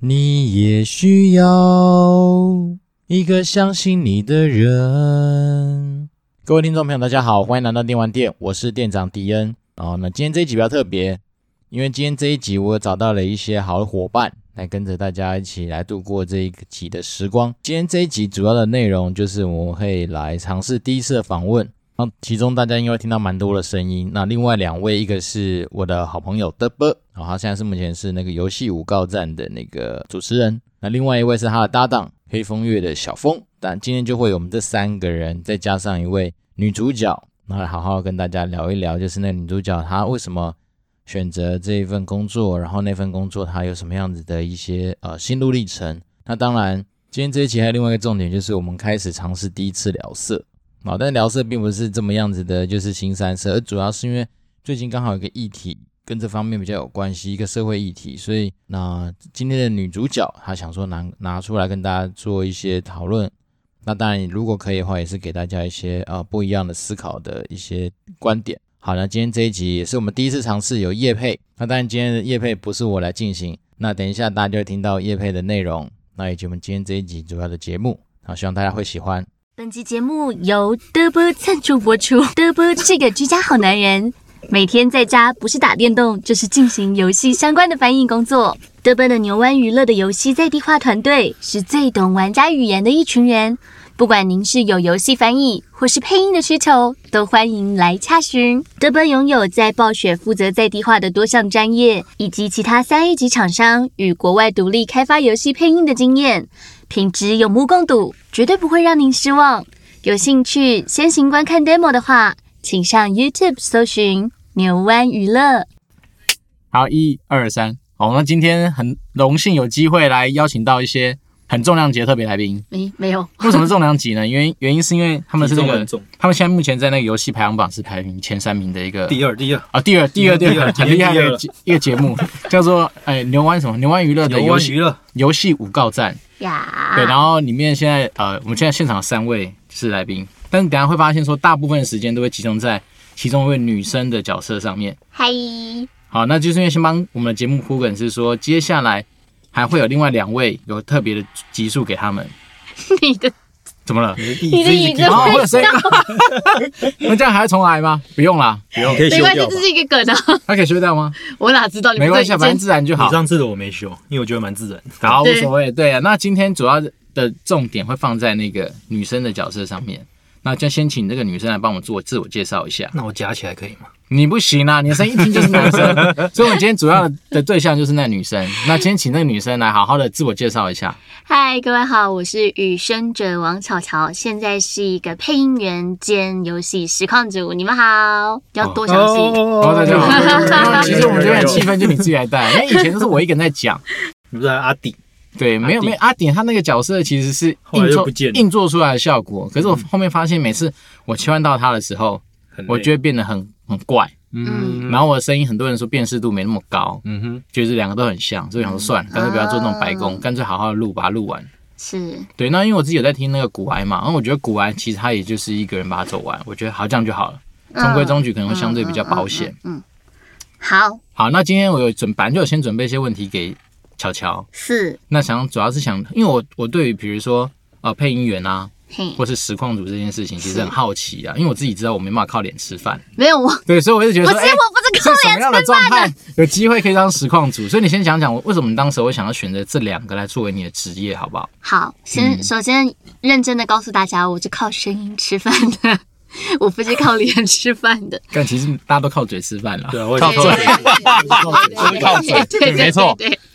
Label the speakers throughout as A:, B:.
A: 你也需要一个相信你的人。各位听众朋友大家好，欢迎来到电玩店，我是店长迪恩。那今天这一集比较特别，因为今天这一集我找到了一些好的伙伴来跟着大家一起来度过这一集的时光。今天这一集主要的内容就是我们会来尝试第一次的访问，其中大家应该会听到蛮多的声音。那另外两位，一个是我的好朋友德波，他现在是目前是那个游戏五告站的那个主持人。那另外一位是他的搭档黑风月的小峰。但今天就会有我们这三个人，再加上一位女主角，然后来好好跟大家聊一聊，就是那个女主角她为什么选择这一份工作，然后那份工作她有什么样子的一些心路历程。那当然今天这一期还有另外一个重点，就是我们开始尝试第一次聊色。但是聊色并不是这么样子的，就是腥膻色，而主要是因为最近刚好有一个议题跟这方面比较有关系，一个社会议题，所以那今天的女主角她想说拿出来跟大家做一些讨论。那当然如果可以的话，也是给大家一些不一样的思考的一些观点。好，那今天这一集也是我们第一次尝试有业配，那当然今天的业配不是我来进行，那等一下大家就会听到业配的内容，那以及我们今天这一集主要的节目，好，希望大家会喜欢。
B: 本集节目由德波赞助播出。德波是个居家好男人，每天在家不是打电动就是进行游戏相关的翻译工作。德波的牛湾娱乐的游戏在地化团队是最懂玩家语言的一群人，不管您是有游戏翻译或是配音的需求，都欢迎来洽询。德波拥有在暴雪负责在地化的多项专业，以及其他3A 级厂商与国外独立开发游戏配音的经验，品质有目共睹，绝对不会让您失望。有兴趣先行观看 demo 的话，请上 YouTube 搜寻牛湾娱乐。
C: 好，1、2、3。好，那今天很荣幸有机会来邀请到一些很重量级的特别来宾。
B: 没有。
C: 为什么重量级呢？原因是因为他们是那个，他们现在目前在那个游戏排行榜是排名前3名的一个
D: 第二
C: 很厉害的一个节目，叫做牛湾娱乐的游戏五告站
B: 呀。
C: 对，然后里面现在我们现在现场有3位是来宾，但是等一下会发现说大部分的时间都会集中在其中一位女生的角色上面。
B: 嗨，
C: 好，那就是因为先帮我们的节目铺梗，是说接下来还会有另外2位有特别的集数给他们。
B: 你的
C: 怎么了？
B: 你的椅子
C: 会有谁？那这样还要重来吗？不用啦，不用，
D: 可以修掉吧。
B: 没关系，这是一个梗啊。
C: 他可以修掉吗？
B: 我哪知道？
C: 没关系，反正自然就好。
D: 你上次的我没修，因为我觉得蛮自然。
C: 好，无所谓。对啊，那今天主要的重点会放在那个女生的角色上面。那就先请这个女生来帮我们做自我介绍一下。
D: 那我夹起来可以吗？
C: 你不行啊，你的声音一听就是男生，所以我们今天主要的对象就是那女生。那今天请那个女生来好好的自我介绍一下。
B: 嗨，各位好，我是与生者王巧巧，现在是一个配音员兼游戏实况主。你们好，要多详细？
C: 大家好。其实我们这边的气氛就你自己来带，因为以前都是我一个人在讲。
D: 你不是阿弟？
C: 对，没有阿典他那个角色其实是硬做出来的效果，可是我后面发现每次我切换到他的时候，我就会变得很怪，然后我的声音很多人说辨识度没那么高，就是2个都很像，所以我想说算了，干脆不要做那种白工，干脆好好的录，把它录完。
B: 是，对，
C: 那因为我自己有在听那个古癌嘛，然后我觉得古癌其实他也就是一个人把它走完，我觉得好这样就好了，中规中矩可能会相对比较保险。好，那今天我本来就有先准备一些问题给巧巧，
B: 是，
C: 那主要是想，因为我对于比如说配音员啊，或是实况组这件事情，其实很好奇啊，因为我自己知道我没办法靠脸吃饭，
B: 没有我，
C: 对，所以我就觉得说，
B: 我不是靠脸吃饭的，
C: 什么样的状态有机会可以当实况组？所以你先讲讲为什么你当时会想要选择这2个来作为你的职业，好不好？
B: 好，首先认真的告诉大家，我是靠声音吃饭的。我不是靠脸吃饭的，
C: 但其实大家都靠嘴吃饭啦。
D: 对啊，我
C: 靠嘴，靠嘴，
B: 对，
C: 没错。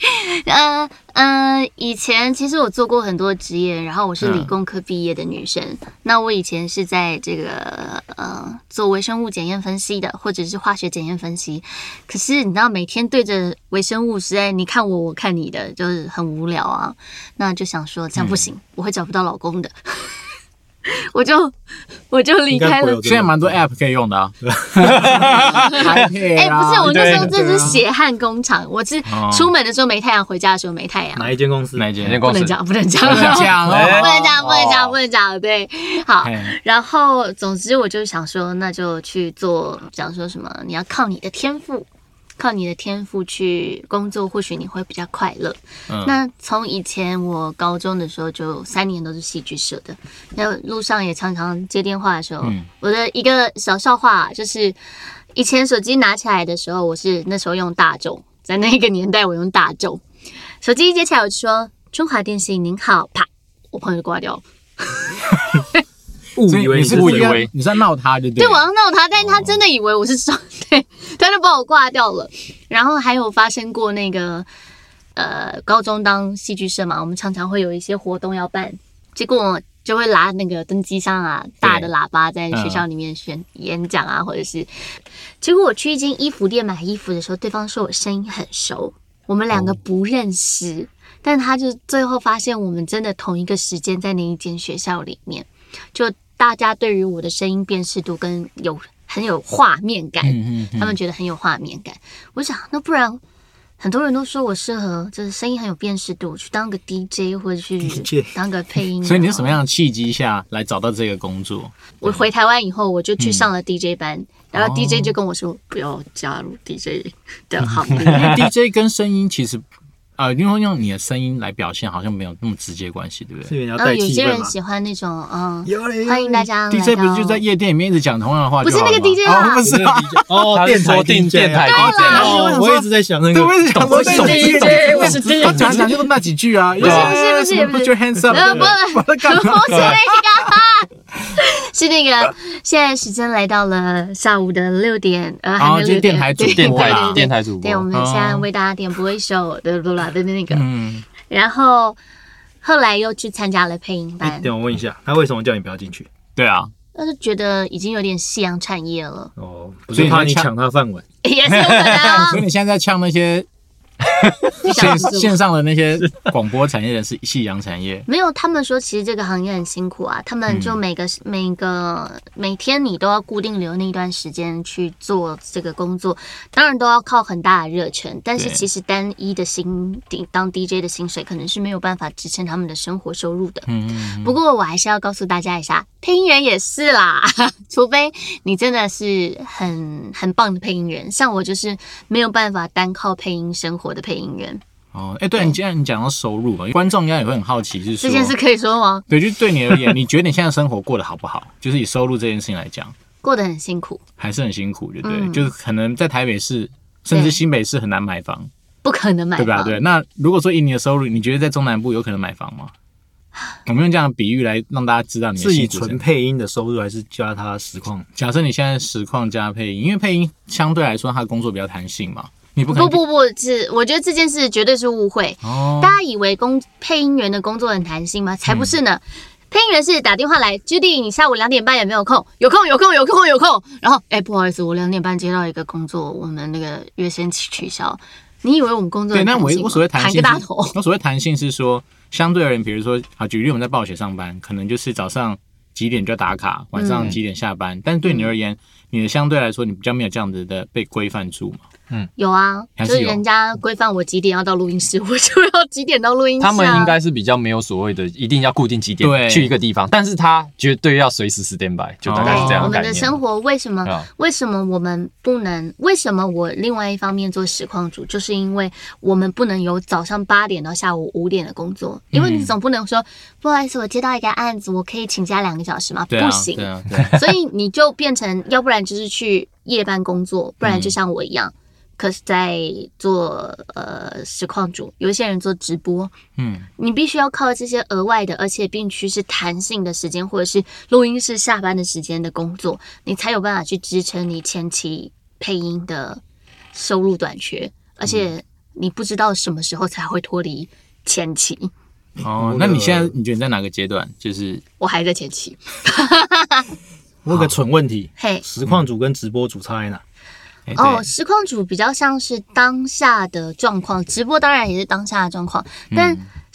B: 以前其实我做过很多职业，然后我是理工科毕业的女生。那我以前是在这个做微生物检验分析的，或者是化学检验分析。可是你知道，每天对着微生物，实在你看我，我看你的，就是很无聊啊。那就想说这样不行，我会找不到老公的。我就离开了。
C: 现在蛮多 app 可以用的啊。
B: 不是，我那时候这是血汗工厂。我是出门的时候没太阳，回家的时候没太阳。
D: 哪一间公司？
C: 哪一间公司？
B: 不能讲，不能讲。对，好。然后，总之我就想说，那就去做，讲说什么，你要靠你的天赋。 靠你的天赋去工作，或许你会比较快乐。那从以前我高中的时候就3年都是戏剧社的，然后路上也常常接电话的时候，我的一个小笑话就是以前手机拿起来的时候，我是那时候用大众，在那个年代我用大众，手机一接起来我就说中华电信您好，啪，我朋友就挂掉了。
C: 误以为你在闹他，对不对？
B: 对，我要闹他，但是他真的以为我是双，对，他就把我挂掉了。然后还有发生过那个高中当戏剧社嘛，我们常常会有一些活动要办，结果就会拿那个登机箱啊，大的喇叭在学校里面演讲啊，或者是，结果我去一间衣服店买衣服的时候，对方说我声音很熟，我们2个不认识，但他就最后发现我们真的同一个时间在那一间学校里面，就大家对于我的声音辨识度跟很有画面感，他们觉得很有画面感。我想，那不然很多人都说我适合，就是声音很有辨识度，去当个 DJ 或者去当个配音。
C: 所以你是什么样的契机下来找到这个工作？
B: 我回台湾以后，我就去上了 DJ 班，然后 DJ 就跟我说不要加入 DJ 的行列。
C: DJ 跟声音其实。因为用你的声音来表现，好像没有那么直接关系，对不对？
B: 有些人喜欢那种，欢迎大家。
C: DJ 不是就在夜店里面一直讲同样的话？
B: 不是那个 DJ 啊，
C: 不是电台
D: DJ。我一直在想那个，
C: 我一直想说
B: DJ， 我是 DJ，
C: 他讲就那几句啊。
B: 不是
C: ，Put your hands up，
B: 不是那个。是那个，现在时间来到了下午的6点，还没6点。
C: 电台主播，
B: 对，我们现在为大家点播一首的那个，然后后来又去参加了配音班。
D: 我问一下，他为什么叫你不要进去？
C: 对啊，
B: 他是觉得已经有点夕阳产业了。
D: 不是怕你抢他饭碗，
B: 也是有可能啊。
C: 所以你现在在呛那些线上的那些广播产业的是夕阳产业，
B: 没有，他们说其实这个行业很辛苦啊，他们就每天你都要固定留那一段时间去做这个工作，当然都要靠很大的热忱，但是其实单一的当 DJ 的薪水可能是没有办法支撑他们的生活收入的。不过我还是要告诉大家一下，配音员也是啦，除非你真的是很棒的配音员，像我就是没有办法单靠配音生活的配音员。
C: 对，你既然你讲到收入嘛，观众应该也会很好奇，是说
B: 这件事可以说吗？
C: 对，就对你而言，你觉得你现在生活过得好不好？就是以收入这件事情来讲，
B: 过得很辛苦，
C: 还是很辛苦，对不对？就是可能在台北市甚至新北市很难买房，
B: 不可能买房，
C: 对吧？对，那如果说以你的收入，你觉得在中南部有可能买房吗？我们用这样的比喻来让大家知道你的
D: 是以纯配音的收入，还是加他实况？
C: 假设你现在实况加配音，因为配音相对来说他的工作比较弹性嘛。不，
B: 是我觉得这件事绝对是误会。大家以为配音员的工作很弹性吗？才不是呢。配音员是打电话来 ，Judy， 你下午2点半有没有空？有空。然后，不好意思，我2点半接到一个工作，我们那个月先取消。你以为我们工作很弹性吗？
C: 对，那我所谓弹性，
B: 弹个大头。
C: 我所谓弹性是说，相对而言，比如说，举例我们在报写上班，可能就是早上几点就要打卡，晚上几点下班。但是对你而言，你的相对来说，你比较没有这样子的被规范住嘛？
B: 有啊，就是人家规范我几点要到录音室，我就要几点到录音室。
E: 他们应该是比较没有所谓的一定要固定几点去一个地方，但是他绝对要随时 stand by， 就大概是这样的概念。
B: 我们的生活为什么我们不能？为什么我另外一方面做实况主，就是因为我们不能有早上8点到下午5点的工作，因为你总不能说不好意思，我接到一个案子，我可以请假2个小时吗？不行，所以你就变成要不然就是去夜班工作，不然就像我一样。可是在做实况主，有一些人做直播，你必须要靠这些额外的，而且必须是弹性的时间，或者是录音室下班的时间的工作，你才有办法去支撑你前期配音的收入短缺，而且你不知道什么时候才会脱离前期。
C: 那你现在你觉得你在哪个阶段？就是
B: 我还在前期。
D: 我有个蠢问题，实况主跟直播主差在哪？
B: 实况主比较像是当下的状况，直播当然也是当下的状况，但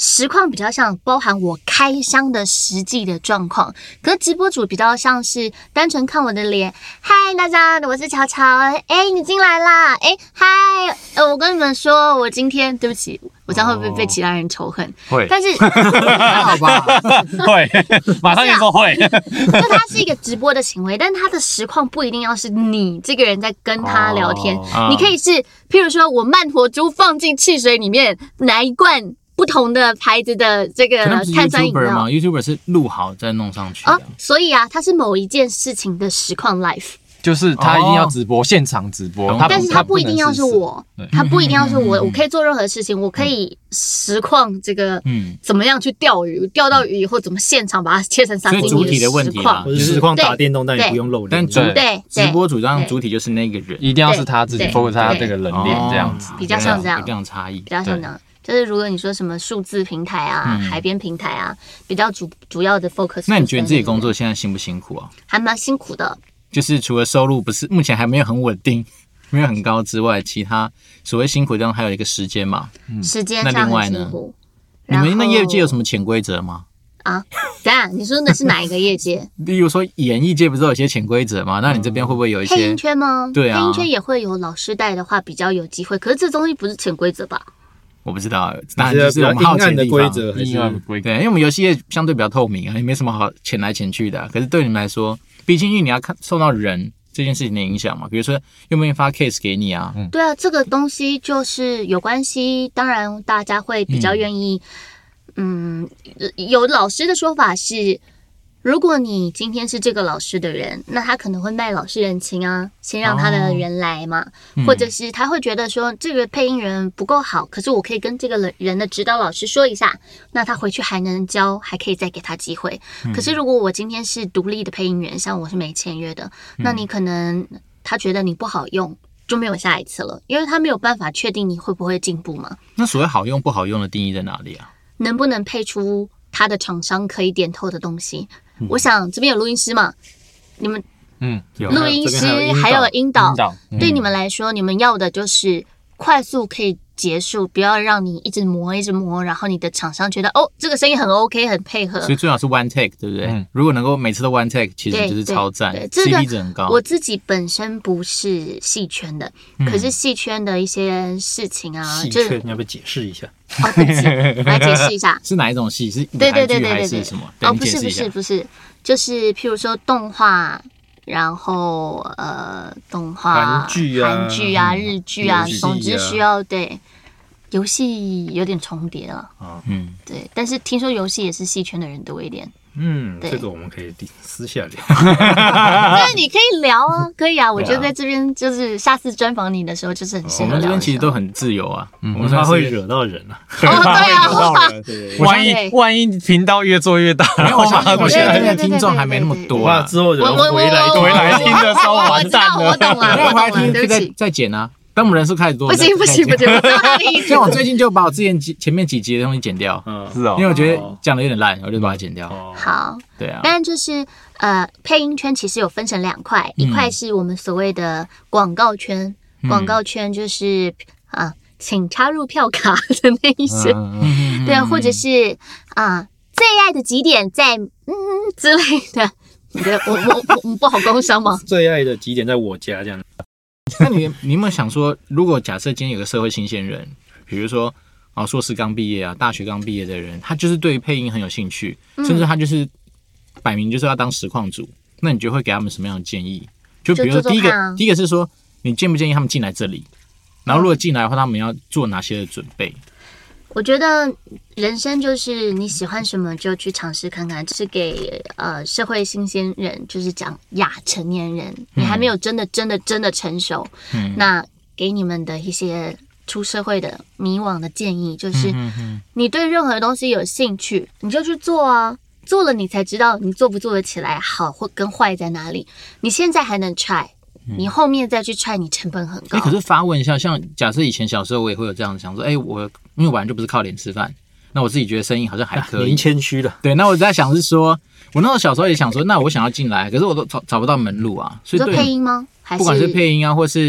B: 实况比较像包含我开箱的实际的状况，可是直播主比较像是单纯看我的脸，嗨大家，我是乔乔，你进来啦，嗨，我跟你们说，我今天对不起，我这样会不会被其他人仇恨？
E: 会，
B: 但是
C: 好吧，
E: 会，马上就说会。
B: 就它是一个直播的行为，但它的实况不一定要是你这个人在跟他聊天，你可以是，譬如说我慢活猪放进汽水里面，拿一罐不同的牌子的这个碳酸饮料
C: YouTuber 是录好再弄上去的
B: 所以啊，它是某一件事情的实况 live，
E: 就是他一定要直播，现场直播，
B: 但是他不一定要是我，他不一定要是我，我可以做任何事情，我可以实况这个怎么样去钓鱼，钓到鱼以后怎么现场把它切成3D
C: 主体的问题嘛，
D: 或者实况打电动，但你不用露脸，
C: 但直播主张主体就是那个人，
E: 一定要是他自己 focus 他这个人脸这样子，
B: 比较像这样，
C: 有这样差异，
B: 比较像这样。就是如果你说什么数字平台啊、海边平台啊，比较主要的 focus。
C: 那你觉得你自己工作现在辛不辛苦啊？
B: 还蛮辛苦的。
C: 就是除了收入不是目前还没有很稳定、没有很高之外，其他所谓辛苦地方还有一个时间嘛。
B: 时间上很辛苦。
C: 你们那业界有什么潜规则吗？
B: 啊，等下你说的是哪一个业界？
C: 例如说演艺界不是有些潜规则吗？那你这边会不会有一些
B: 配音圈吗？
C: 对啊，
B: 配音圈也会有老师带的话比较有机会，可是这东西不是潜规则吧？
C: 我不知道，当然就是我们好奇
D: 的规则，
C: 对，因为我们游戏业相对比较透明啊，也没什么好潜来潜去的。可是对你们来说，毕竟因为你要受到人这件事情的影响嘛，比如说愿不愿意发 case 给你啊？
B: 对啊，这个东西就是有关系，当然大家会比较愿意。有老师的说法是，如果你今天是这个老师的人，那他可能会卖老师人情啊，先让他的人来嘛，或者是他会觉得说这个配音员不够好，可是我可以跟这个人的指导老师说一下，那他回去还能教，还可以再给他机会。可是如果我今天是独立的配音员，像我是没签约的，那你可能他觉得你不好用，就没有下一次了，因为他没有办法确定你会不会进步嘛。
C: 那所谓好用不好用的定义在哪里啊？
B: 能不能配出他的厂商可以点透的东西？我想这边有录音师嘛，你们录音师还有引导，对你们来说，你们要的就是快速可以结束，不要让你一直磨，然后你的厂商觉得这个声音很 OK， 很配合。
C: 所以最好是 one take， 对不对？如果能够每次都 one take， 其实就是超赞，CP 值很高。
B: 我自己本身不是戏圈的，可是戏圈的一些事情啊，
D: 戏圈你要不要解释一下？
B: 对不起，我来解释一下，
C: 是哪一种戏？是舞台剧还是什么？
B: 不是，就是譬如说动画，然后动画、韩剧啊、日剧啊，总之需要对。游戏有点重叠了，对，但是听说游戏也是戏圈的人多一点，
D: 这个我们可以私下聊，
B: 对，你可以聊啊，可以啊，我觉得在这边就是下次专访你的时候，就是很适合聊。
C: 我们这边其实都很自由啊，
D: 我们怕会惹到人啊，
B: 对啊，
E: 万一频道越做越大，
C: 我现在这边听众还没那么多啊，
D: 之后人回
E: 来听的时候完蛋了，
B: 我懂了，
C: 回来听就再剪啊。当我们人数开始多，
B: 不行，我知道他的意思。
C: 像我最近就把我之前前面几集的东西剪掉，
E: 是哦，
C: 因为我觉得讲的有点烂，我就把它剪掉。
B: 好，
C: 对啊。
B: 但就是配音圈其实有分成2块，一块是我们所谓的广告圈，广告圈就是请插入票卡的那一些，对，或者是最爱的几点在之类的。你觉得我不好工商吗？
D: 最爱的几点在我家这样。
C: 那你有没有想说，如果假设今天有个社会新鲜人，比如说硕士刚毕业啊，大学刚毕业的人，他就是对于配音很有兴趣，甚至他就是摆明就是要当实况主，那你就会给他们什么样的建议？就比如说第一个是说，你建不建议他们进来这里？然后如果进来的话，他们要做哪些的准备？
B: 我觉得人生就是你喜欢什么就去尝试看看，这是给社会新鲜人，就是讲亚成年人，你还没有真的成熟，那给你们的一些出社会的迷惘的建议，就是你对任何东西有兴趣，你就去做啊，做了你才知道你做不做得起来，好或跟坏在哪里。你现在还能 try。你后面再去try，你成本很高。
C: 可是发问一下，像假设以前小时候我也会有这样想说，因为我本来就不是靠脸吃饭，那我自己觉得声音好像还可以。
D: 您谦虚了。
C: 对，那我在想是说，我那时候小时候也想说，那我想要进来，可是我都找不到门路啊。所以
B: 你说配音吗？还是
C: 不管是配音啊，或是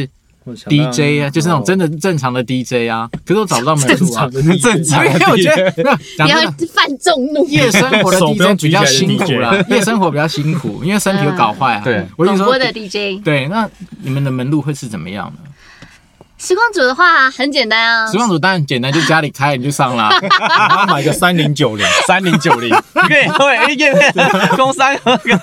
C: DJ 啊，就是那种真的正常的 DJ 啊，可是我找不到美术啊，
E: 正常的 DJ，
C: 因为我觉得
B: 不要犯众怒。
C: 夜生活的 DJ 比较辛苦啦，夜生活比较辛苦，因为身体会搞坏啊。
E: 对，
C: 我跟你说，
B: 广播的 DJ，
C: 对，那你们的门路会是怎么样呢？
B: 实况组的话很简单啊，
C: 实况组当然简单，就家里开你就上啦，
D: 然后买个3090，
E: 对，叶片工商，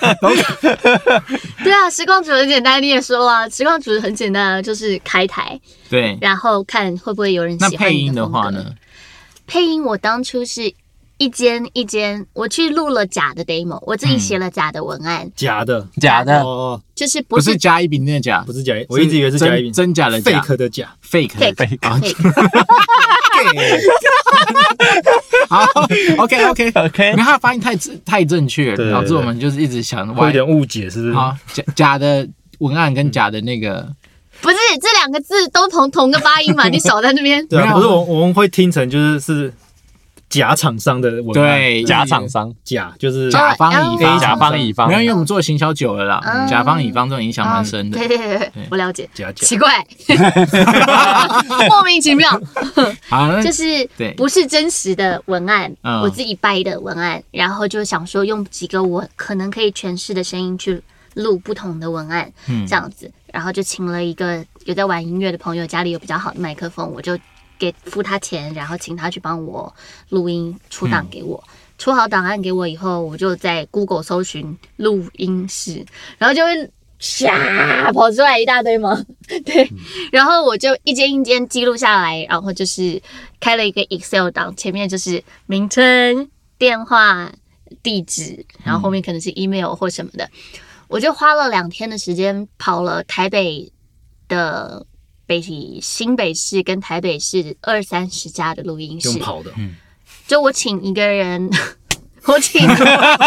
B: 对啊，实况组很简单，你也说了，实况组很简单，就是开台，
C: 对，
B: 然后看会不会有人喜欢你的风格。
C: 那配音的话呢？
B: 配音我当初是一间，我去录了假的 demo， 我自己写了假的文案，
D: 假的，
E: 哦，
B: 就是
C: 不是甲乙丙丁的甲，
D: 不是甲，我一直以为是甲乙丙，
C: 真假的假
D: ，fake 的假
C: ，fake。好 ，OK， 因为他的发音太正确了，导致我们就是一直想
D: 会有点误解，是不是？
C: 好，假的文案跟假的那个，
B: 不是这两个字都同个发音嘛？你少在那边。
D: 对啊，不是我们会听成就是假厂商的文案，
C: 对，
E: 假厂商，
D: 假就是
C: 甲方乙方，没有，因为我们做行销久了啦，甲方乙方这种影响蛮深的。
B: 对，我了解。
D: 假
B: 奇怪，莫名其妙。
C: 好，
B: 就是不是真实的文案，我自己掰的文案，然后就想说用几个我可能可以诠释的声音去录不同的文案，这样子，然后就请了一个有在玩音乐的朋友，家里有比较好的麦克风，我就付他钱，然后请他去帮我录音出档给我，出好档案给我以后，我就在 Google 搜寻录音室，然后就会跑出来一大堆嘛，对，然后我就一间一间记录下来，然后就是开了一个 Excel 档，前面就是名称、电话、地址，然后后面可能是 email 或什么的，我就花了2天的时间跑了台北的。新北市跟台北市20-30家的录音室，
D: 用跑的，
B: 就我请一个人，我请他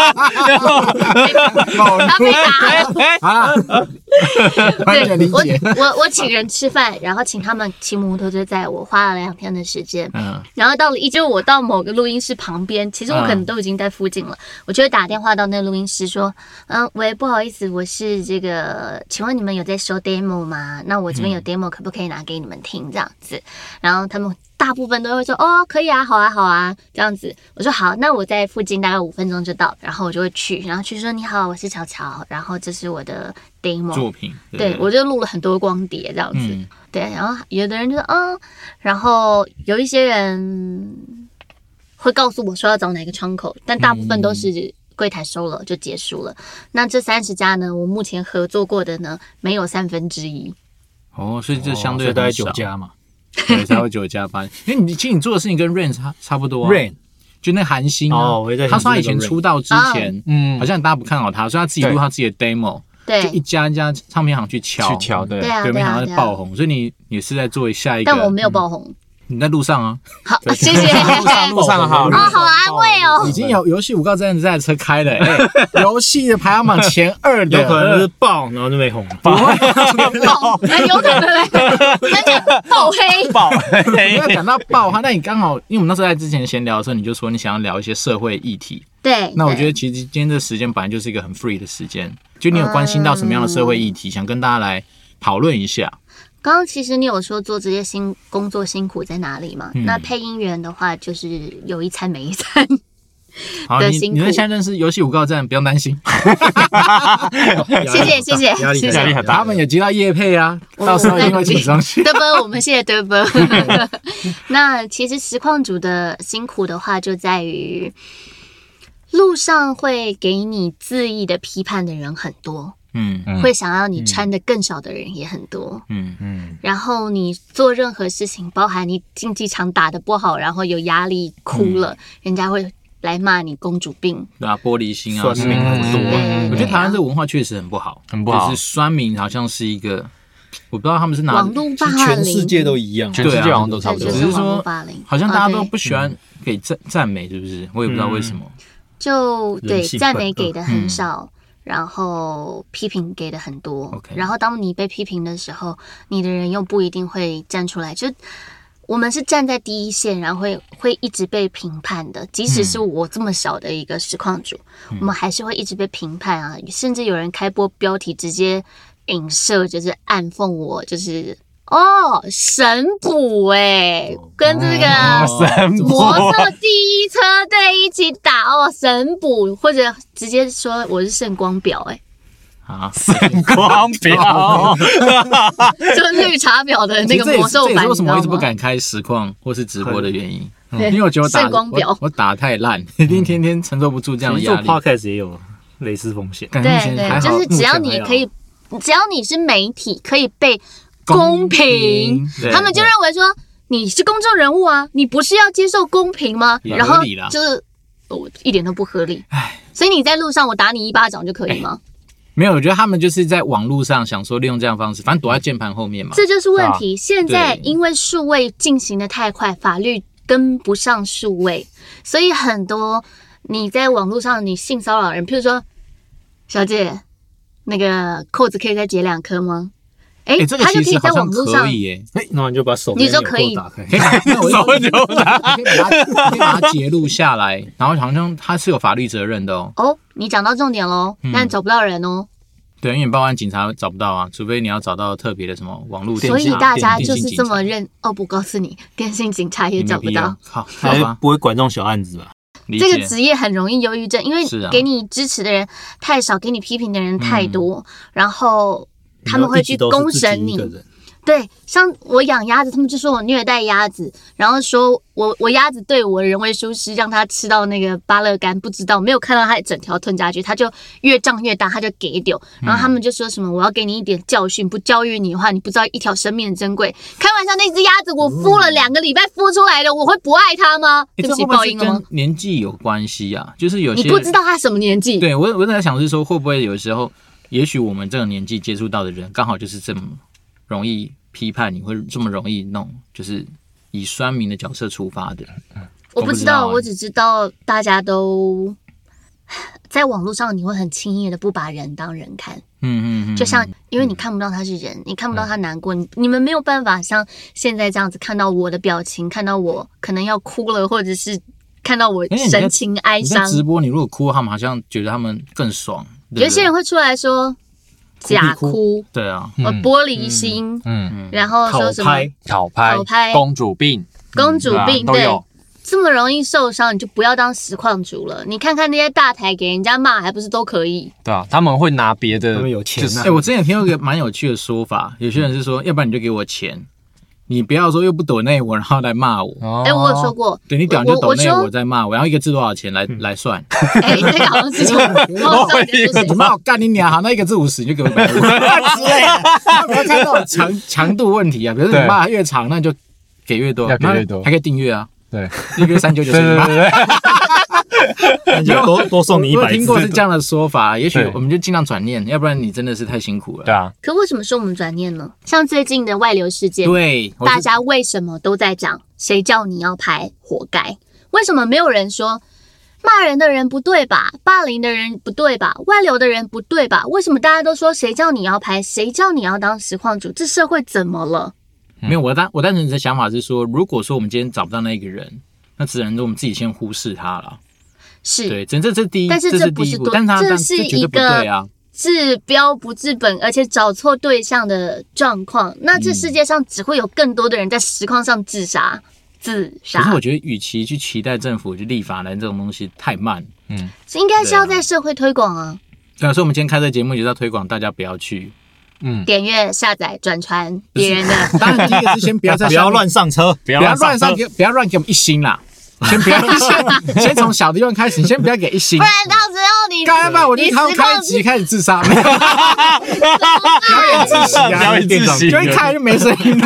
B: 被打了，对，我请人吃饭，然后请他们骑摩托车载我，花了2天的时间，然后就我到某个录音室旁边，其实我可能都已经在附近了，我就会打电话到那个录音室说，喂，不好意思，我是这个，请问你们有在收 demo 吗？那我这边有 demo，可不可以拿给你们听这样子？然后他们大部分都会说，哦，可以啊，好啊，这样子。我说好，那我在附近大概5分钟就到，然后我就会去，然后去说你好，我是乔乔，然后这是我的 demo
C: 作品，
B: 对，我就录了很多光碟这样子，对，然后有的人就说，然后有一些人会告诉我说要找哪个窗口，但大部分都是柜台收了就结束了。那这30家呢，我目前合作过的呢，没有1/3。
C: 哦，所以这相对
D: 大概9家嘛。
C: 对，才会9家班。因为其实你做的事情跟 Rain 差不多啊。Rain 就那韩星啊，他说他以前出道之前，好像大家不看好他，所以他自己录他自己的 demo，
B: 对，
C: 就一家一家唱片行去敲，对，没想到爆红。所以你也是在做下一个，
B: 但我没有爆红。
C: 你在路上啊？
B: 好，谢谢。
C: 路上好，
B: 好安慰哦。
C: 已经有游戏5告这样子在车开了，游戏的排行榜前2的，
D: 有可能是爆，然后就没红。
B: 不会爆，有可能那就爆黑。
C: 要讲到爆哈，那你刚好，因为我们那时候在之前闲聊的时候，你就说你想要聊一些社会议题。
B: 对。
C: 那我觉得其实今天这时间本来就是一个很 free 的时间，就你有关心到什么样的社会议题，想跟大家来讨论一下。
B: 刚刚其实你有说做这些工作辛苦在哪里嘛？那配音员的话，就是有一餐没一餐的辛苦。
C: 你现在认识游戏5告站，不用担心。
B: 谢谢，
D: 压力很大。
C: 他们有接到业配啊，到时候一定会请上去。
B: 对不？我们谢谢对不？那其实实况组的辛苦的话，就在于路上会给你恣意的批判的人很多。会想要你穿的更少的人也很多，然后你做任何事情，包含你竞技场打得不好，然后有压力哭了，人家会来骂你公主病，
C: 对啊，玻璃心啊，酸民很多。我觉得台湾这个文化确实很不好，就是酸民好像是一一个，我不知道他们是哪
B: 网络霸凌，
D: 全世界都一样，
E: 全世界好像都差不多，
C: 只是说好像大家都不喜欢给赞美，是不是？我也不知道为什么。
B: 就对，赞美给的很少。然后批评给的很多，然后当你被批评的时候，你的人又不一定会站出来。就我们是站在第一线，然后会一直被评判的。即使是我这么小的一个实况主，我们还是会一直被评判啊。甚至有人开播标题直接影射，就是暗讽我，就是神捕跟这个魔兽第一车队一起打神捕，或者直接说我是圣光表
E: 圣光表，
B: 就绿茶婊的那个魔兽版。
C: 这也是为什么我一直不敢开实况或是直播的原因，因为我觉得我打太烂，一定天天承受不住这样的压力。
D: 做 podcast 也有类似风险，
B: 对，就是只要你可以，只要你是媒体，可以被公平，他们就认为说你是公众人物啊，你不是要接受公平吗？然后就是一点都不合理。所以你在路上我打你一巴掌就可以吗？
C: 没有，我觉得他们就是在网络上想说利用这样的方式，反正躲在键盘后面嘛。
B: 这就是问题。现在因为数位进行的太快，法律跟不上数位，所以很多你在网络上你性骚扰人，譬如说，小姐，那个扣子可以再解2颗吗？
C: 这个
B: 他就可以在网络上，
D: 那你就把手
B: 你就可以
D: 打开，
C: 可以把它截录下来，然后好像他是有法律责任的
B: 你讲到重点咯，但找不到人哦。
C: 对，因为你报案警察找不到啊，除非你要找到特别的什么网络。
B: 所以大家就是这么不告诉你，电信警察也找不到。
C: 好吧，
D: 不会管这种小案子吧？
B: 这个职业很容易忧郁症，因为给你支持的人太少，给你批评的人太多，然后他们会去公审你。对，像我养鸭子，他们就说我虐待鸭子，然后说我鸭子对我人为疏失，让它吃到那个芭乐干，不知道没有看到它整条吞下去，它就越长越大，它就给丢。然后他们就说什么我要给你一点教训，不教育你的话，你不知道一条生命的珍贵。开玩笑，那只鸭子我孵了2个礼拜孵出来的，我会不爱它吗？对不起，报应了吗？
C: 跟年纪有关系啊，就是有些
B: 你不知道它什么年纪。
C: 对，我在想是说，会不会有时候，也许我们这个年纪接触到的人，刚好就是这么容易批判你，会这么容易弄，就是以酸民的角色出发的。
B: 我不知道，我只知道大家都在网络上，你会很轻易的不把人当人看。就像因为你看不到他是人，你看不到他难过，你们没有办法像现在这样子看到我的表情，看到我可能要哭了，或者是看到我神情哀伤。
C: 你在直播，你如果哭，他们好像觉得他们更爽。
B: 有些人会出来说假哭，
C: 对啊，
B: 玻璃心，然后说什么
E: 讨拍，公主病，
B: 对，这么容易受伤，你就不要当实况主了。你看看那些大台给人家骂，还不是都可以？
E: 对啊，他们会拿别的，
D: 他们有钱啊。
C: 我之前听过一个蛮有趣的说法，有些人是说，要不然你就给我钱。你不要说又不抖内我，然后来骂我。
B: 我有说过，
C: 对你屌你就抖内我再骂我，然后一个字多少钱来算？
B: 那个好像是
C: 你骂我干你娘，好，那一个字50，你就给我150之类的。不要看到长度问题啊，比如说你骂越长，那你就给越多，
E: 要给越多，
C: 还可以订阅啊。
E: 对，
C: 订阅399对。
D: 那就多送你100。
C: 我听过是这样的说法，也许我们就尽量转念，要不然你真的是太辛苦了。
E: 对啊。
B: 可为什么说我们转念呢？像最近的外流事件，
C: 对，
B: 大家为什么都在讲？谁叫你要拍，活该？为什么没有人说骂人的人不对吧？霸凌的人不对吧？外流的人不对吧？为什么大家都说谁叫你要拍？谁叫你要当实况主？这社会怎么了？
C: 没有，我单纯的想法是说，如果说我们今天找不到那一个人，那只能说我们自己先忽视他了。
B: 是
C: 对，这是第一，
B: 但是这不是对，这是一个治标不治本，而且找错对象的状况。那这世界上只会有更多的人在实况上自杀。可
C: 是我觉得，与其去期待政府去立法来这种东西太慢，
B: 应该是要在社会推广啊。
C: 对啊，所以我们今天开这个节目就是要推广，大家不要去。
B: 点阅、下载、转传别人的。
C: 当然，第一个是先不要
D: 乱上车，
C: 不要乱给我们1星啦。先不要，先从小的地方开始，你先不要给1星，
B: 不然到时候你
C: 刚刚我就开集开始自杀，表演自习啊，
E: 表演自习，
C: 就一开就没声音，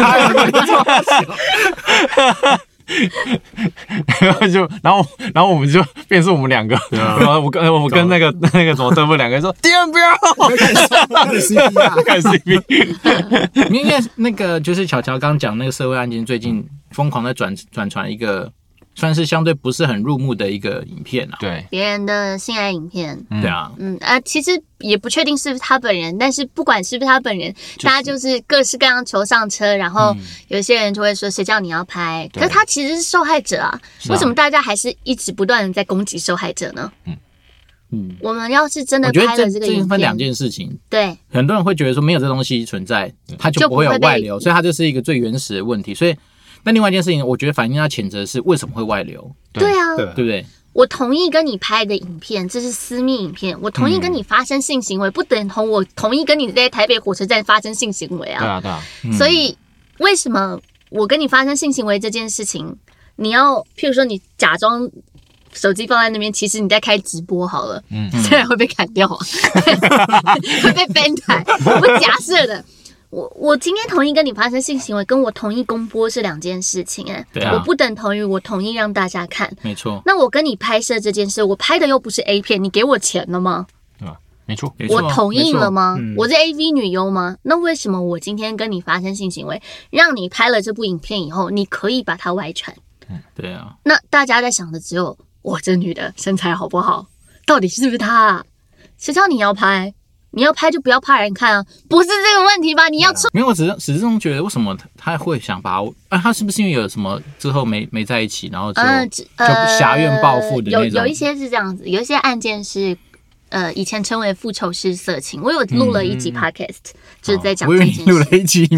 E: 然后我们就变成我们2个，我跟那个什么德布2个人说，第2不要看 CP，
C: 因为那个就是巧巧刚讲那个社会案件，最近疯狂的转传一个算是相对不是很入目的一个影片啊，
E: 对，
B: 别人的性爱影片，
C: 对啊，
B: 其实也不确定是不是他本人，但是不管是不是他本人，大家就是各式各样求上车，然后有些人就会说谁叫你要拍，可是他其实是受害者啊，为什么大家还是一直不断的在攻击受害者呢？ 我们要是真的拍了这个影片，
C: 分两件事情。
B: 对，
C: 很多人会觉得说没有这东西存在，它就不会有外流，所以它就是一个最原始的问题。所以，那另外一件事情，我觉得反映他谴责是为什么会外流？
B: 对啊，
C: 对不对？
B: 我同意跟你拍的影片，这是私密影片。我同意跟你发生性行为，不等同我同意跟你在台北火车站发生性行为啊。
C: 对啊。
B: 所以为什么我跟你发生性行为这件事情，你要譬如说你假装手机放在那边，其实你在开直播好了，虽然会被砍掉，会被 ban 台。我假设的。我今天同意跟你发生性行为，跟我同意公播是两件事情
C: 对啊，
B: 我不等同于我同意让大家看。
C: 没错。
B: 那我跟你拍摄这件事，我拍的又不是 A 片，你给我钱了吗？
E: 没错。
B: 我同意了吗？我是 AV 女优吗？那为什么我今天跟你发生性行为，让你拍了这部影片以后，你可以把它外传？
C: 对啊。
B: 那大家在想的只有，哇，这女的身材好不好？到底是不是她啊？谁叫你要拍？你要拍就不要怕人看啊，不是这个问题吧？你要
C: 没有，我始终觉得为什么他会想把我他是不是因为有什么之后没在一起，然后就挟怨报复的那种？
B: 有一些是这样子，有一些案件是以前称为复仇式色情。我有录了一集 podcast，就是在讲这件事。
C: 我以为你录了一集，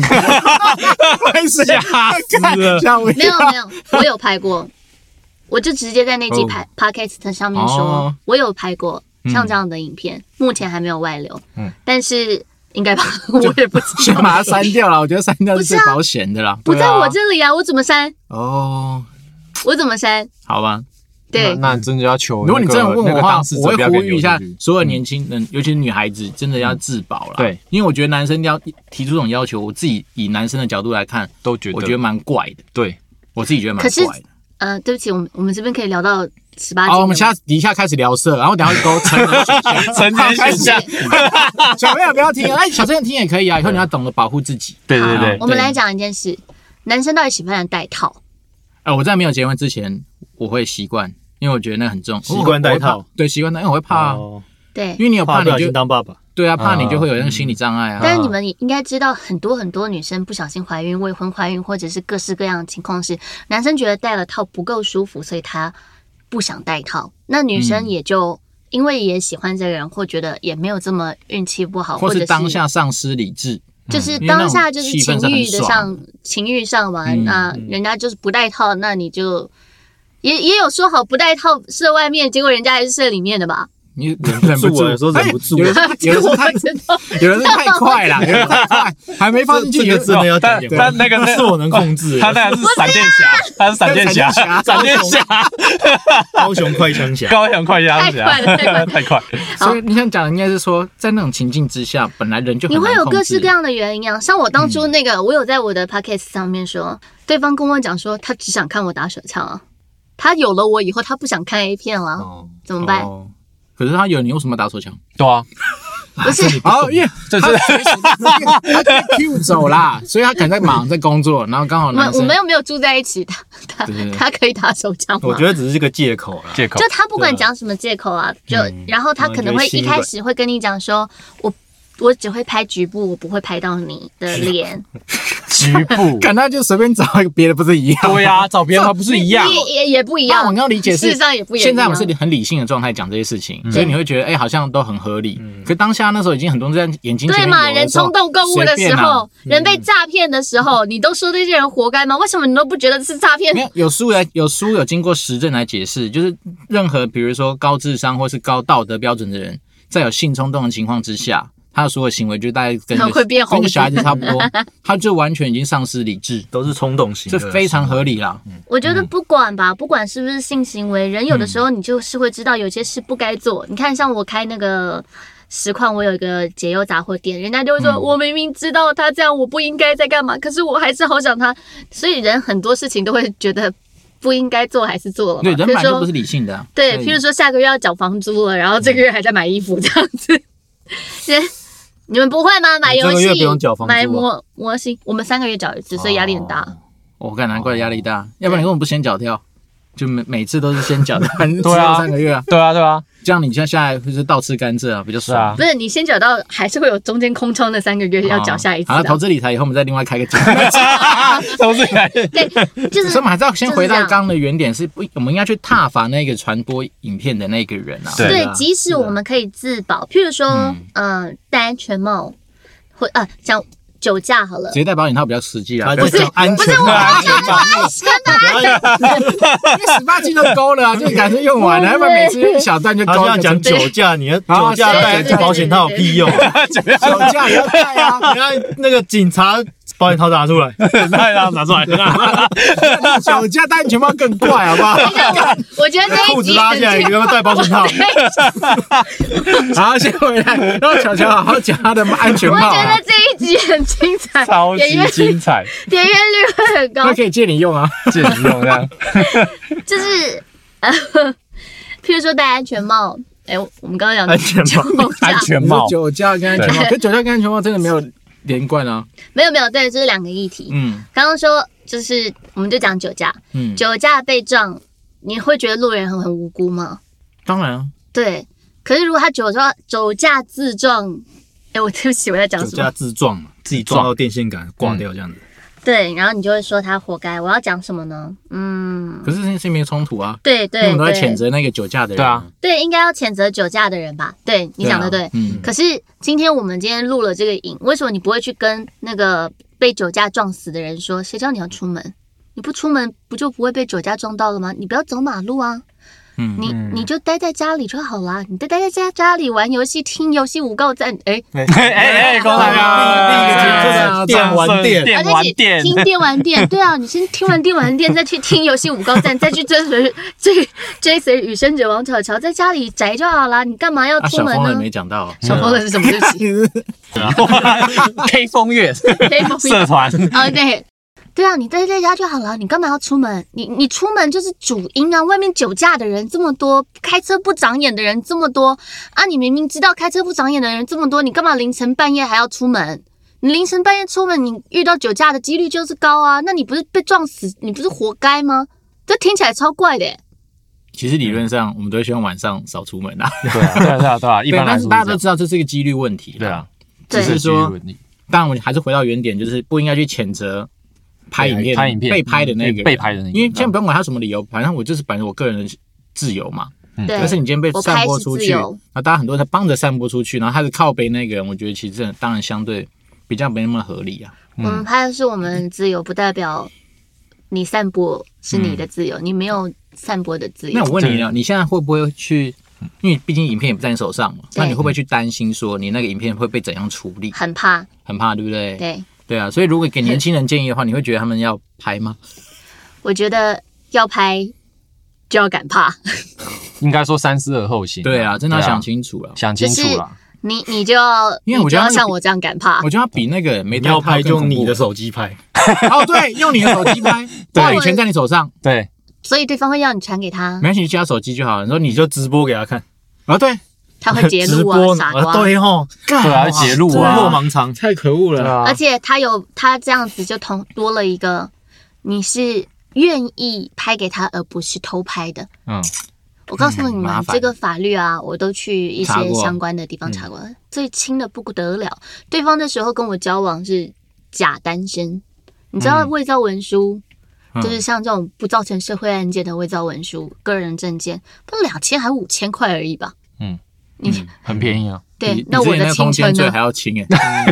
C: 吓死了！
B: 没有，我有拍过，我就直接在那集podcast 上面说，我有拍过。像这样的影片，目前还没有外流，但是应该吧，我也不知道。
C: 先把它删掉了，我觉得删掉是最保险的啦。
B: 不在我这里啊，我怎么删？我怎么删？
C: 好吧，
B: 对，
E: 那真的要求。
C: 如果你真的问我的话，我会呼吁一下所有年轻人，尤其是女孩子，真的要自保啦。
E: 对，
C: 因为我觉得男生要提出这种要求，我自己以男生的角度来看，我觉得蛮怪的。
E: 对，
C: 我自己觉得蛮怪的。
B: 对不起，我们这边可以聊到18禁。
C: 我们现在底下开始聊色，然后等下勾成人选项，
E: 成年选项，
C: 小朋友不要听，小朋友听也可以啊。以后你要懂得保护自己。
E: 对。
B: 我们来讲一件事，男生到底喜不喜欢戴套？
C: 我在没有结婚之前，我会习惯，因为我觉得那很重，
D: 习惯戴套。
C: 对，习惯戴，因为我会怕。
B: 对，
C: 因为你有怕，你就
D: 当爸爸。
C: 对啊，怕你就会有那个心理障碍啊。
B: 但是你们应该知道，很多女生不小心怀孕、未婚怀孕，或者是各式各样的情况是，男生觉得戴了套不够舒服，所以他不想戴套。那女生也就因为也喜欢这个人，或觉得也没有这么运气不好，
C: 或是当下丧失理智，
B: 就是当下就是情欲上嘛。那人家就是不戴套，那你就也有说好不戴套射外面，结果人家还是射里面的吧。
C: 你忍不住，
D: 有时候忍不住。
C: 有人是太快了，有人太快，还没放进去。
D: 真的要讲点话，但那个是我能控制。
E: 他那个是闪电侠，他是闪电侠，
D: 高雄快枪侠，
E: 太快。
C: 所以你想讲的应该是说，在那种情境之下，本来人就很难控制。
B: 你会有各式各样的原因啊。像我当初那个，我有在我的 podcast 上面说，对方跟我讲说，他只想看我打手枪啊。他有了我以后，他不想看 A 片了，怎么办？
C: 可是他有你为什么打手枪？
E: 对啊，
B: 不是，
C: 因为他被 Q 走啦，所以他可能在忙在工作，然后刚好我
B: 们又没有住在一起，他可以打手枪吗？
D: 我觉得只是个借口啦，
B: 就他不管讲什么借口啊，然后他可能会一开始会跟你讲说，我只会拍局部，我不会拍到你的脸。
C: 局部，看他就随便找一个别的，不是一样？
E: 对呀，找别的话不是一样，
B: 也不一样。
C: 我刚刚理解是，
B: 事实上也不一样。
C: 现在我们是很理性的状态讲这些事情，所以你会觉得，好像都很合理。可当下那时候已经很多人在眼睛前面。
B: 对嘛？人冲动购物的时候，人被诈骗的时候，你都说这些人活该吗？为什么你都不觉得是诈骗？
C: 有书有经过实证来解释，就是任何比如说高智商或是高道德标准的人，在有性冲动的情况之下。他的所有行为就大概跟个小孩子差不多，他就完全已经丧失理智，
D: 都是冲动型的，
C: 这非常合理啦。
B: 我觉得不管是不是性行为，人有的时候你就是会知道有些事不该做。你看，像我开那个实况，我有一个解忧杂货店，人家就会说，我明明知道他这样，我不应该在干嘛，可是我还是好想他。所以人很多事情都会觉得不应该做，还是做了。
C: 对，人本来就不是理性的。
B: 对，譬如说下个月要缴房租了，然后这个月还在买衣服这样子。你们不会吗？买游戏、买模型，我们3个月缴一次，所以压力很大。
C: 我看难怪压力大，要不然你为什么不先缴掉？ 就每次都是先缴到
E: 对啊
C: 3个月啊，
E: 对啊，
C: 这样你像下来就是倒吃甘蔗啊，比较爽啊。
B: 不是你先缴到，还是会有中间空窗的3个月要缴下一次。
C: 好，投资理财以后我们再另外开个节目。
E: 投资理财
B: 对，就是。
C: 所以我们还是要先回到刚刚的原点，是我们应该去挞伐那个传播影片的那个人啊。
B: 对，即使我们可以自保，譬如说，戴安全帽，或像。酒驾好了，
C: 直接戴保险套比较实际啊。
D: 不是安全帽，
B: 安全帽，
C: 因为18禁都勾了啊，就赶紧用完了，要不然每次一小段就勾。
D: 他这样讲酒驾，你的酒驾戴保险套有屁用？
C: 酒驾也要戴啊！
D: 你看那个警察保险套拿出来，
E: 拿出来，
C: 酒驾戴安全帽更怪，好不好？
B: 我觉得这一集
D: 裤子拉下来，你要不要戴保险套？
C: 好，先回来，让乔乔好好讲他的安全帽。
B: 我觉得这一集很精彩，
E: 超级精彩，
B: 点阅率会很高。
C: 那可以借你用啊，
E: 借你用这样。
B: 就是譬如说戴安全帽，我们刚刚讲
D: 安全帽，
E: 安全帽，
C: 酒驾跟安全帽，可酒驾跟安全帽真的没有连贯啊。
B: 没有，对，这是2个议题。刚刚说就是我们就讲酒驾，酒驾被撞，你会觉得路人很无辜吗？
C: 当然啊。
B: 对，可是如果他酒驾自撞，我对不起，我在讲什么？
D: 酒驾自撞嘛，自己撞到电线杆挂掉这样子。
B: 对，然后你就会说他活该。我要讲什么呢？
C: 可是这件事没有冲突啊。
B: 对，
C: 因为我们都在谴责那个酒驾的人。
E: 对啊，
B: 对，应该要谴责酒驾的人吧？对，你讲的对。可是今天我们今天录了这个影，为什么你不会去跟那个被酒驾撞死的人说，谁叫你要出门？你不出门不就不会被酒驾撞到了吗？你不要走马路啊。你就待在家里就好啦，你待在家里玩游戏、听游戏5告赞，
E: 公来啊，
D: 电玩店，
B: 听电玩店，对啊，你先听完电玩店，再去听游戏5告赞，再去追随与生者王巧巧，在家里宅就好啦，你干嘛要出门呢？
C: 小疯人没讲到，
B: 小疯人是什么东西
E: ？K 风月社团
B: 对啊，你待在家就好了，你干嘛要出门？你出门就是主因啊！外面酒驾的人这么多，开车不长眼的人这么多啊！你明明知道开车不长眼的人这么多，你干嘛凌晨半夜还要出门？你凌晨半夜出门，你遇到酒驾的几率就是高啊！那你不是被撞死，你不是活该吗？这听起来超怪的。
C: 其实理论上，我们都希望晚上少出门啊。
E: 对啊，一般来说，
C: 但是大家都知道这是一个几率问题。
E: 对啊，
C: 只是说，当然我还是回到原点，就是不应该去谴责。拍影片被拍的那个，因为现在不用管他什么理由，反正我就是本着我个人的自由嘛。但是你今天被散播出去，那大家很多人帮着散播出去，然后他是靠背那个人，我觉得其实当然相对比较没那么合理啊。
B: 我们拍的是我们自由，不代表你散播是你的自由，你没有散播的自由。
C: 那我问你了，你现在会不会去？因为毕竟影片也不在你手上嘛，那你会不会去担心说你那个影片会被怎样处理？
B: 很怕，
C: 对不对？
B: 对
C: 啊，所以如果给年轻人建议的话，你会觉得他们要拍吗？
B: 我觉得要拍就要敢怕，
E: 应该说三思而后行。
C: 对啊，真的要想清楚了，
E: 想清楚了。
B: 你就要，
C: 因为我觉得
B: 像我这样敢怕。
C: 我觉得比那个没
D: 要拍就用你的手机拍。
C: 哦，对，用你的手机拍，话语权在你手上。
E: 对，
B: 所以对方会要你传给他，
C: 没关系，你接他手机就好了。你说
D: 你就直播给他看
C: 啊，对。
B: 他会截录啊，傻瓜。
D: 对吼，
E: 对啊，截录啊，
D: 突破盲肠，
C: 太可恶了。
B: 而且他这样子就多了一个，你是愿意拍给他，而不是偷拍的。我告诉你们，这个法律啊，我都去一些相关的地方查过，最轻的不得了。对方那时候跟我交往是假单身，你知道伪造文书。就是像这种不造成社会案件的伪造文书、个人证件，不2000还5000块而已吧？
E: 你很便宜啊。
B: 对，那我的青春呢？
C: 还要轻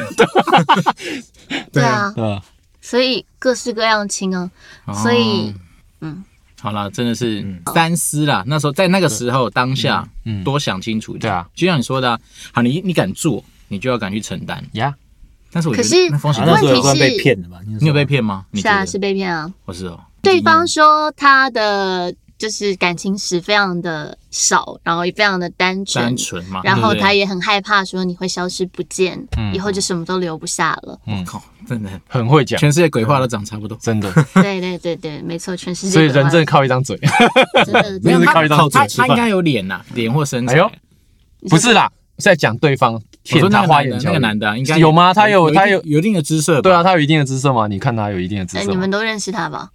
B: 对啊，所以各式各样轻啊，所以
C: 好啦，真的是三思啦。那时候在那个时候当下，多想清楚。
E: 对啊，
C: 就像你说的，好，你敢做，你就要敢去承担
E: 呀。
C: 但是我觉得那风险
B: 问题是
D: 被骗的吧？
C: 你有被骗吗？
B: 是啊，是被骗啊。
C: 我是哦。
B: 对方说他的就是感情史非常的少，然后也非常的单纯
C: 嘛。
B: 然后他也很害怕说你会消失不见，以后就什么都留不下了。
C: 我靠，真的
E: 很会讲，
C: 全世界鬼话都长差不多，
E: 真的。
B: 对，没错，全世界。
E: 所以人真的靠一张嘴，
B: 真的，
E: 真的靠一张嘴吃饭。
C: 他应该有脸呐，脸或身材。
E: 不是啦，在讲对方骗他花言巧语。
C: 那个男的应该
E: 有吗？他有
C: 一定的姿色。
E: 对啊，他有一定的姿色吗？你看他有一定的姿色。
B: 你们都认识他吧？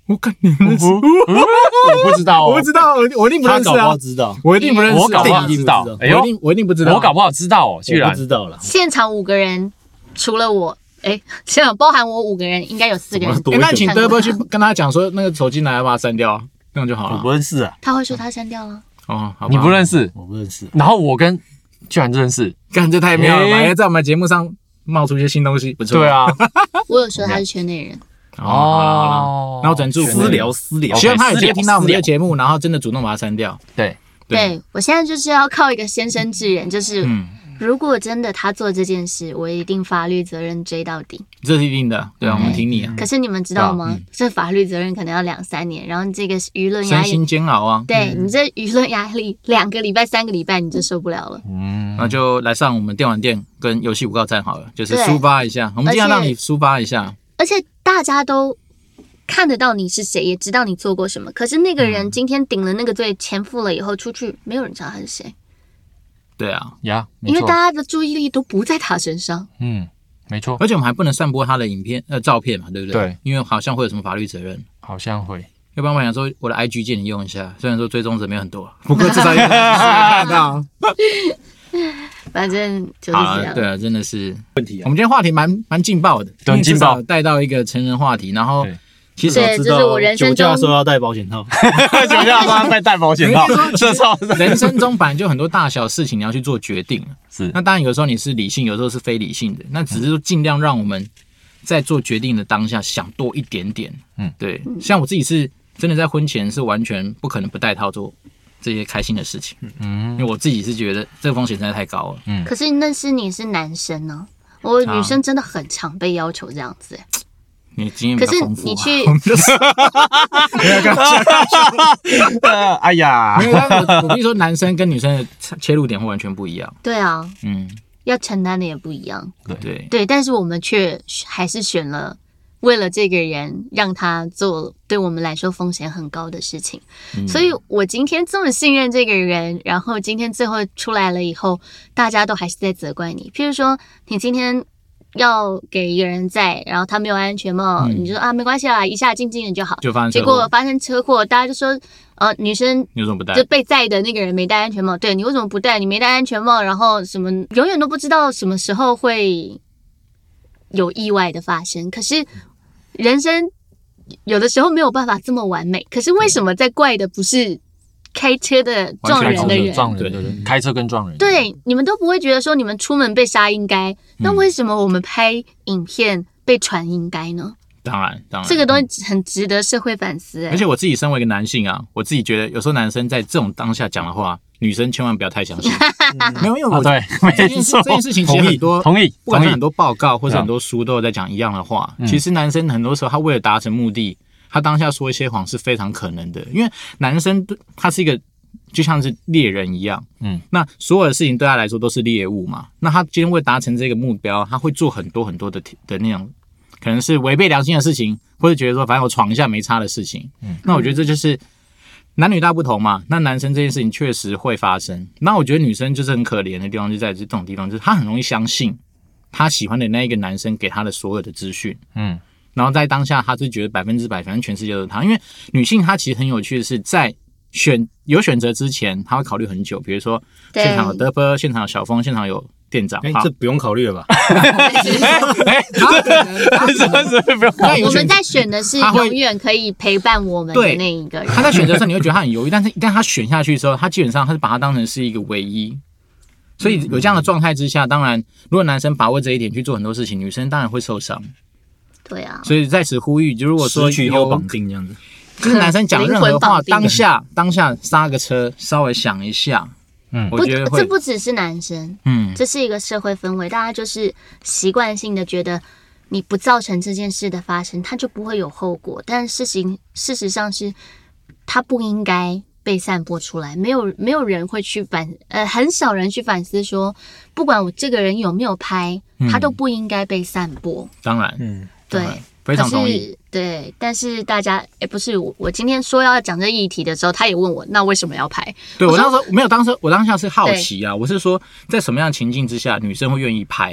C: 我跟你认识？我
E: 不知道，
C: 我不知道，我一定不认识啊！
D: 他搞不好知道，
C: 我一定不认识，
E: 我搞不好知道，
C: 我一定不知道，
E: 我搞不好知道哦，居然
D: 不知道了。
B: 现场5个人，除了我，现场包含我5个人，应该有4个人。
C: 那请德波去跟他讲说，那个手机拿来把它删掉，这样就好了。
D: 我不认识啊，
B: 他会说他删掉了。
C: 哦，好，
E: 你不认识，
D: 我不认识。
E: 然后我跟居然认识，
C: 干这太妙了吧！在我们节目上冒出一些新东西，不错。
E: 对啊，
B: 我有说他是圈内人。
C: 哦，然后整住
D: 私聊，
C: 希望他也直接听到我们的节目，然后真的主动把它删掉。
B: 对，我现在就是要靠一个先生制人，就是如果真的他做这件事，我一定法律责任追到底。
C: 这是一定的，对啊，我们挺你啊。
B: 可是你们知道吗？这法律责任可能要2-3年，然后这个舆论压力，
C: 身心煎熬啊。
B: 对你这舆论压力，2个礼拜、3个礼拜你就受不了了。
C: 那就来上我们电玩店跟游戏5告站好了，就是抒发一下。我们尽量让你抒发一下。
B: 而且大家都看得到你是谁，也知道你做过什么。可是那个人今天顶了那个罪，钱付了以后出去，没有人知道他是谁。
C: 对啊，
B: 因为大家的注意力都不在他身上。
E: 没错。
C: 而且我们还不能散播他的照片嘛，对不对？
E: 对，
C: 因为好像会有什么法律责任。
E: 好像会。
C: 要不然我想说，我的 IG 借你用一下，虽然说追踪者没有很多，不过至少有人看到。
B: 反正就是这样。
C: 对啊，真的是
D: 问题啊。
C: 我们今天话题蛮劲爆的，
E: 很劲爆，
C: 带到一个成人话题，然后
D: 其实我知道酒驾说要戴保险套，
E: 酒驾说要戴保险套，这超
C: 人生中本来就很多大小事情你要去做决定，
E: 是。
C: 那当然有时候你是理性，有时候是非理性的，那只是说尽量让我们在做决定的当下想多一点点。对，像我自己是真的在婚前是完全不可能不戴套做这些开心的事情，因为我自己是觉得这个风险实在太高了。
B: 可是那是你是男生呢，我女生真的很常被要求这样子。
C: 你经验比较丰富，
B: 可是你去，
E: 哎呀，
C: 我跟你说，男生跟女生的切入点会完全不一样。
B: 对啊，要承担的也不一样。对，但是我们却还是选了为了这个人让他做对我们来说风险很高的事情。所以我今天这么信任这个人，然后今天最后出来了以后，大家都还是在责怪你。譬如说，你今天要给一个人载，然后他没有安全帽，你就说啊没关系啦，一下静静的就好。结果发生车祸，大家就说女生
C: 你为什么不戴？
B: 就被载的那个人没戴安全帽，对，你为什么不戴？你没戴安全帽，然后什么永远都不知道什么时候会有意外的发生。可是人生有的时候没有办法这么完美，可是为什么在怪的不是开车的撞人的人？
E: 对，开车跟撞人。
B: 对，你们都不会觉得说你们出门被杀应该，那为什么我们拍影片被传应该呢？
C: 当然，
B: 这个东西很值得社会反思。
C: 而且我自己身为一个男性啊，我自己觉得有时候男生在这种当下讲的话，女生千万不要太相信。没有，因为我
E: 对，
C: 这件事情其实很多
E: 同意，
C: 不管是很多报告或者很多书都有在讲一样的话。其实男生很多时候他为了达成目的，他当下说一些谎是非常可能的，因为男生他是一个就像是猎人一样，那所有的事情对他来说都是猎物嘛。那他今天为达成这个目标，他会做很多很多的那种可能是违背良心的事情，或者觉得说反正我闯一下没差的事情。那我觉得这就是男女大不同嘛。那男生这件事情确实会发生，那我觉得女生就是很可怜的地方就在这种地方，就是她很容易相信她喜欢的那一个男生给她的所有的资讯，然后在当下她就觉得100%反正全世界都是她。因为女性她其实很有趣的是在有选择之前，她会考虑很久，比如说现场有德波，现场有小峰，现场有店长，
D: 这不用考虑了吧？
B: 我们在选的是永远可以陪伴我们的那一个人。
C: 他在选择的时候，你会觉得他很犹豫，但是一旦他选下去之后，他基本上他是把他当成是一个唯一。所以有这样的状态之下，当然，如果男生把握这一点去做很多事情，女生当然会受伤。
B: 对啊。
C: 所以在此呼吁，就如果说
D: 失去后绑定这样子，
C: 就是男生讲任何话，当下刹个车，稍微想一下。我觉得
B: 这不只是男生，这是一个社会氛围，大家就是习惯性的觉得你不造成这件事的发生，它就不会有后果。但事实上是，它不应该被散播出来。没有人会去很少人去反思说，不管我这个人有没有拍，他都不应该被散播。
C: 当然，
B: 对。
C: 非常同意。
B: 对，但是大家不是我今天说要讲这议题的时候，他也问我那为什么要拍？
C: 对，我当时没有，我当下是好奇啊，我是说在什么样的情境之下女生会愿意拍？因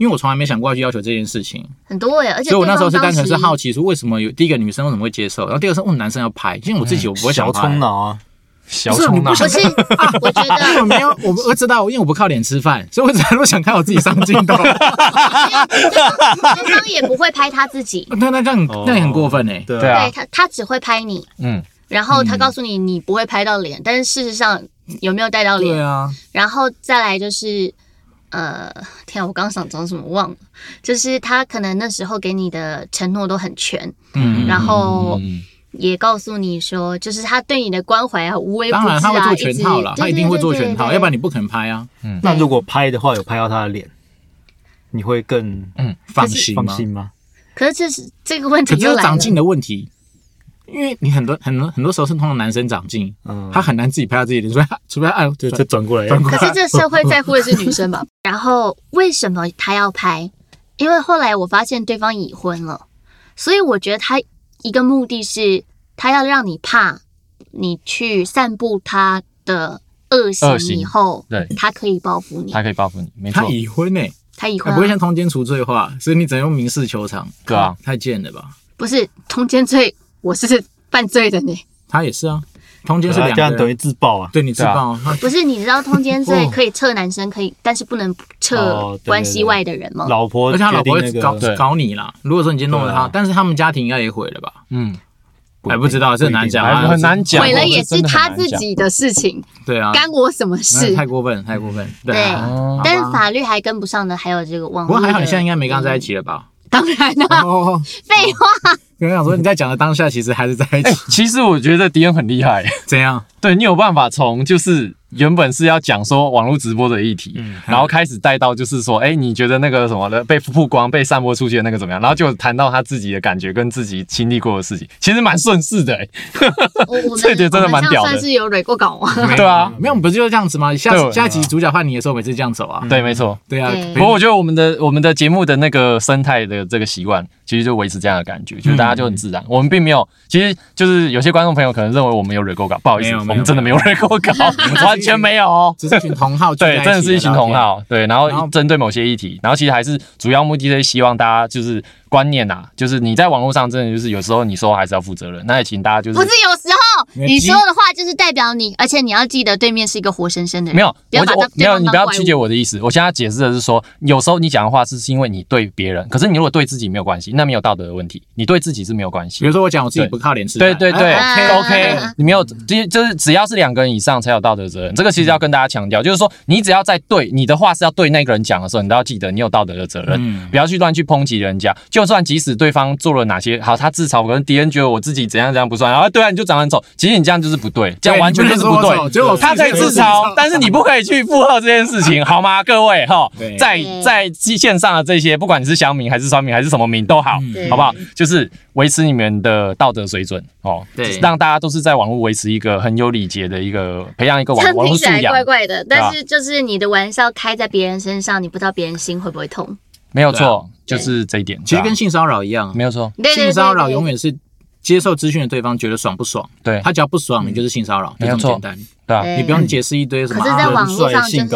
C: 因为我从来没想过要去要求这件事情，
B: 很多耶，而且
C: 所以我那时候是单纯是好奇说为什么有第一个女生为什么会接受，然后第二个是男生要拍，因为我自己我不会想拍。
D: 小冲脑啊。
E: 小冲脑
B: 不是啊，我觉得
C: 没有，我知道，因为我不靠脸吃饭，所以我只能想看我自己上镜头。对
B: 方也不会拍他自己，
C: 那这样那也很过分哎。
E: 对啊，
B: 他只会拍你，然后他告诉你你不会拍到脸，但是事实上有没有带到脸？
C: 对啊，
B: 然后再来就是天啊，我刚想讲什么忘了，就是他可能那时候给你的承诺都很全，然后。也告诉你说，就是他对你的关怀啊，无微不至啊，
C: 当然他会做全套了，他一定会做全套，要不然你不肯拍啊。
D: 那如果拍的话，有拍到他的脸，你会更
C: 放心
D: 吗？
B: 可是这个问题就来了，
C: 可是长进的问题，因为你很多时候是通常男生长进，他很难自己拍到自己的脸，除非按
D: 就再转过来。
B: 可是这社会在乎的是女生吧？然后为什么他要拍？因为后来我发现对方已婚了，所以我觉得他。一个目的是，他要让你怕你去散布他的恶行以后，
E: 对，
B: 他可以报复你。
E: 没错。
C: 他已婚欸，
B: 他已婚，
C: 不会像通奸除罪化，所以你只能用民事求偿。
E: 对啊，
C: 太贱了吧？
B: 不是通奸罪，我是犯罪的呢。
C: 他也是啊，通奸是2个人，
D: 等于自爆啊。
C: 对你自爆啊。
B: 不是，你知道通奸罪可以撤男生，可以，但是不能撤关系外的人吗？
D: 老婆，
C: 而且他老婆会搞你啦。如果说你今天弄了他，但是他们家庭应该也毁了吧？还不知道，这很难讲，
E: 很难讲。
B: 毁了也是他自己的事情，
C: 对啊，
B: 干我什么事？
C: 太过分。
B: 对，但是法律还跟不上的还有这个网络。
C: 不过还好，你现在应该没跟他在一起了吧？
B: 当然了，废话。
C: 我想说你在讲的当下，其实还是在一起。
E: 其实我觉得迪恩很厉害。
C: 怎样？
E: 对你有办法从就是原本是要讲说网络直播的议题，然后开始带到就是说，你觉得那个什么的被曝光、被散播出去的那个怎么样？然后就谈到他自己的感觉跟自己经历过的事情，其实蛮顺势的。这点真的蛮屌的。
B: 算是有蕊过稿啊。
E: 对啊，
C: 没有，不就是这样子吗？下集主角换你的时候，每次这样走啊。
E: 对，没错。
C: 对啊。
E: 不过我觉得我们的节目的那个生态的这个习惯，其实就维持这样的感觉，就是大家就很自然。我们并没有，其实就是有些观众朋友可能认为我们有蕊过稿，不好意思，我们真的没有蕊过稿，完全没有哦。
C: 只是一群同好，
E: 对，真的是一群同好，对，然后针对某些议题，然后其实还是主要目的是希望大家就是观念啊，就是你在网络上真的就是有时候你说还是要负责任，那也请大家就是
B: 不是有时候你说的话就是代表你，而且你要记得对面是一个活生生的人，
E: 没有，没有，你不要曲解
B: 我
E: 的意思。我现在解释的是说，有时候你讲的话是因为你对别人，可是你如果对自己没有关系，那没有道德的问题，你对自己是没有关系。
C: 比如说我讲我自己不靠脸吃饭，
E: 对，OK，你没有，就是只要是2个人以上才有道德责任，这个其实要跟大家强调，就是说你只要在对你的话是要对那个人讲的时候，你都要记得你有道德的责任，不要去乱去抨击人家，就算即使对方做了哪些好，他自嘲，可能敌人觉得我自己怎样不算，然后对啊，你就长得很丑，其实你这样就是不对，这样完全就是不对。他可以自嘲，但是你不可以去附和这件事情，好吗？各位哈，在线上的这些，不管你是乡民还是酸民还是什么民都好，好不好？就是维持你们的道德水准哦，对，让大家都是在网络维持一个很有礼节的一个培养一个网络素养。
B: 怪怪的，但是就是你的玩笑开在别人身上，你不知道别人心会不会痛。
E: 没有错，就是这一点。
C: 其实跟性骚扰一样，
E: 没有错。
C: 性骚扰永远是接受资讯的对方觉得爽不爽，对他只要不爽，你就是性骚扰，就这么简单。对啊，你不用解释一堆什么。
B: 可是，在网络上就是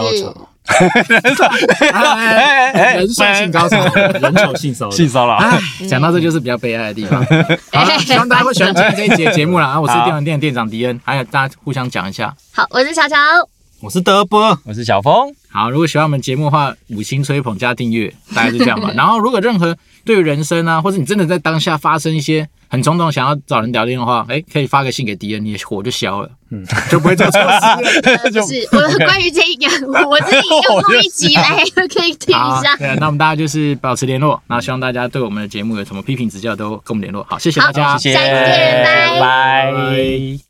C: 人帅性高潮，
D: 人丑性
E: 骚扰。
C: 讲到这就是比较悲哀的地方。好，希望大家会喜欢今天这一集的节目啦。我是电玩店店长迪恩，还有大家互相讲一下。
B: 好，我是乔乔，
D: 我是德波，
E: 我是小峰。
C: 好，如果喜欢我们节目的话，5星吹捧加订阅，大概是这样吧。然后，如果任何对于人生啊，或者你真的在当下发生一些很冲动想要找人聊天的话，可以发个信给敌人，你的火就消了，就不会做错事了。
B: 就是我关于这一个，我自己又录一集来，可以听一下。
C: 对，那我们大家就是保持联络，然后希望大家对我们的节目有什么批评指教都跟我们联络。好，谢谢大家，
B: 下次见，拜
E: 拜。